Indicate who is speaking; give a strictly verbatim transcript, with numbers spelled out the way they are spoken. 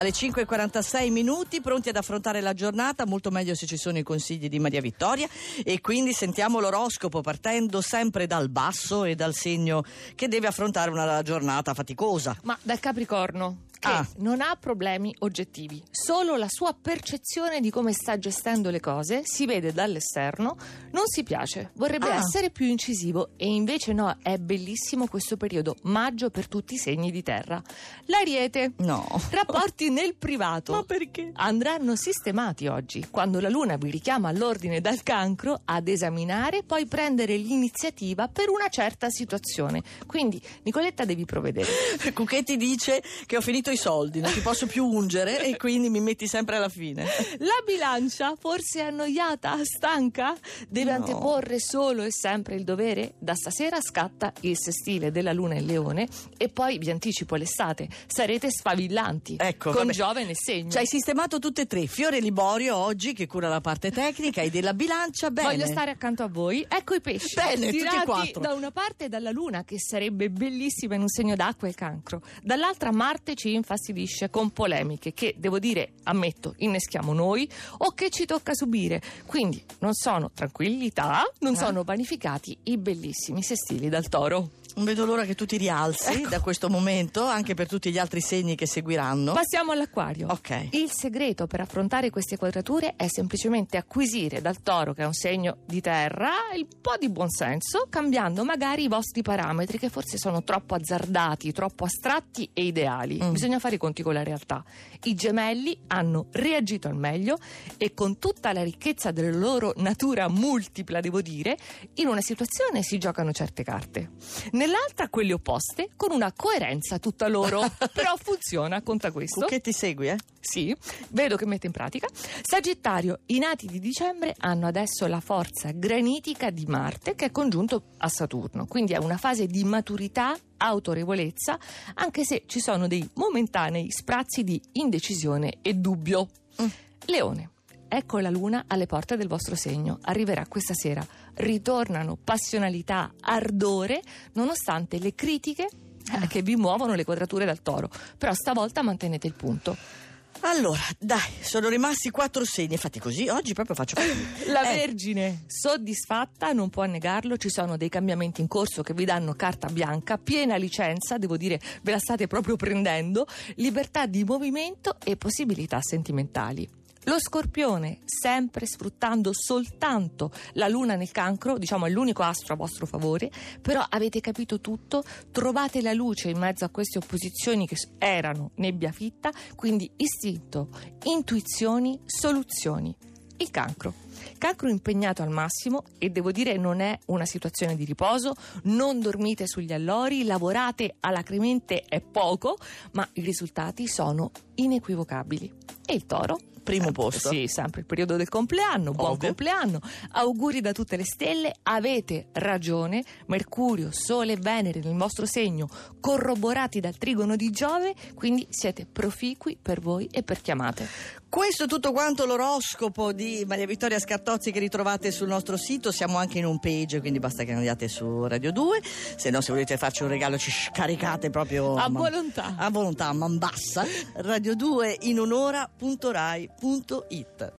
Speaker 1: Alle cinque e quarantasei minuti, pronti ad affrontare la giornata, molto meglio se ci sono i consigli di Maria Vittoria, e quindi sentiamo l'oroscopo partendo sempre dal basso e dal segno che deve affrontare una giornata faticosa.
Speaker 2: Ma dal Capricorno, che
Speaker 1: Ah.
Speaker 2: non ha problemi oggettivi, solo la sua percezione di come sta gestendo le cose si vede dall'esterno, non si piace, vorrebbe
Speaker 1: Ah.
Speaker 2: essere più incisivo e invece no, è bellissimo questo periodo, maggio per tutti i segni di terra. L'Ariete,
Speaker 1: No.
Speaker 2: rapporti nel privato.
Speaker 1: Ma perché?
Speaker 2: Andranno sistemati oggi, quando la luna vi richiama all'ordine dal Cancro ad esaminare e poi prendere l'iniziativa per una certa situazione. Quindi, Nicoletta, devi provvedere.
Speaker 1: Cucchetti dice che ho finito i soldi, non ti posso più ungere e quindi mi metti sempre alla fine.
Speaker 2: La Bilancia, forse annoiata, stanca? Deve
Speaker 1: No.
Speaker 2: anteporre solo e sempre il dovere? Da stasera scatta il sestile della Luna in Leone e poi vi anticipo l'estate, sarete sfavillanti,
Speaker 1: Ecco,
Speaker 2: con
Speaker 1: vabbè.
Speaker 2: Giove nel segno.
Speaker 1: Ci hai sistemato tutte e tre. Fiore Liborio oggi che cura la parte tecnica e della bilancia. Bene.
Speaker 2: Voglio stare accanto a voi. Ecco i pesci.
Speaker 1: Bene, tutti e
Speaker 2: tirati
Speaker 1: quattro.
Speaker 2: da una parte dalla Luna, che sarebbe bellissima in un segno d'acqua, e Cancro. Dall'altra Marte ci infastidisce con polemiche che, devo dire, ammetto, inneschiamo noi o che ci tocca subire. Quindi non sono tranquillità, non
Speaker 1: Eh?
Speaker 2: sono vanificati i bellissimi sestili dal Toro.
Speaker 1: Non vedo l'ora che tu ti rialzi
Speaker 2: Ecco.
Speaker 1: da questo momento, anche per tutti gli altri segni che seguiranno.
Speaker 2: Passiamo all'Acquario.
Speaker 1: Ok.
Speaker 2: Il segreto per affrontare queste quadrature è semplicemente acquisire dal Toro, che è un segno di terra, il po' di buonsenso, cambiando magari i vostri parametri che forse sono troppo azzardati, troppo astratti e ideali.
Speaker 1: Mm.
Speaker 2: Bisogna fare i conti con la realtà. I Gemelli hanno reagito al meglio e con tutta la ricchezza della loro natura multipla, devo dire, in una situazione si giocano certe carte. Nell'altra quelle opposte, con una coerenza tutta loro. Però funziona, conta questo.
Speaker 1: Cucchetti segui, eh?
Speaker 2: Sì, vedo che mette in pratica. Sagittario, i nati di dicembre hanno adesso la forza granitica di Marte, che è congiunto a Saturno, quindi è una fase di maturità, autorevolezza, anche se ci sono dei momentanei sprazzi di indecisione e dubbio.
Speaker 1: Mm.
Speaker 2: Leone, ecco la luna alle porte del vostro segno, arriverà questa sera. Ritornano passionalità, ardore, nonostante le critiche eh, che vi muovono le quadrature dal Toro, però stavolta mantenete il punto.
Speaker 1: Allora, dai, sono rimasti quattro segni. Infatti così oggi proprio faccio così.
Speaker 2: La
Speaker 1: Eh,
Speaker 2: Vergine, soddisfatta, non può negarlo, ci sono dei cambiamenti in corso che vi danno carta bianca, piena licenza, devo dire, ve la state proprio prendendo, libertà di movimento e possibilità sentimentali. Lo Scorpione, sempre sfruttando soltanto la Luna nel Cancro, diciamo è l'unico astro a vostro favore, però avete capito tutto, trovate la luce in mezzo a queste opposizioni che erano nebbia fitta, quindi istinto, intuizioni, soluzioni. Il Cancro. Cancro impegnato al massimo e devo dire non è una situazione di riposo, non dormite sugli allori, lavorate alacremente è poco, ma i risultati sono inequivocabili. E il Toro?
Speaker 1: Primo posto.
Speaker 2: Sì, sempre il periodo del compleanno, buon
Speaker 1: Ovvio.
Speaker 2: compleanno, auguri da tutte le stelle, avete ragione, Mercurio, Sole e Venere nel vostro segno corroborati dal trigono di Giove, quindi siete proficui per voi e per chiamate.
Speaker 1: Questo è tutto quanto l'oroscopo di Maria Vittoria Scartozzi che ritrovate sul nostro sito. Siamo anche in home page, quindi basta che andiate su Radio due. Se no, se volete farci un regalo, ci scaricate proprio
Speaker 2: A
Speaker 1: ma-
Speaker 2: volontà.
Speaker 1: A volontà, a man bassa. Radio due in un'ora punto rai punto it.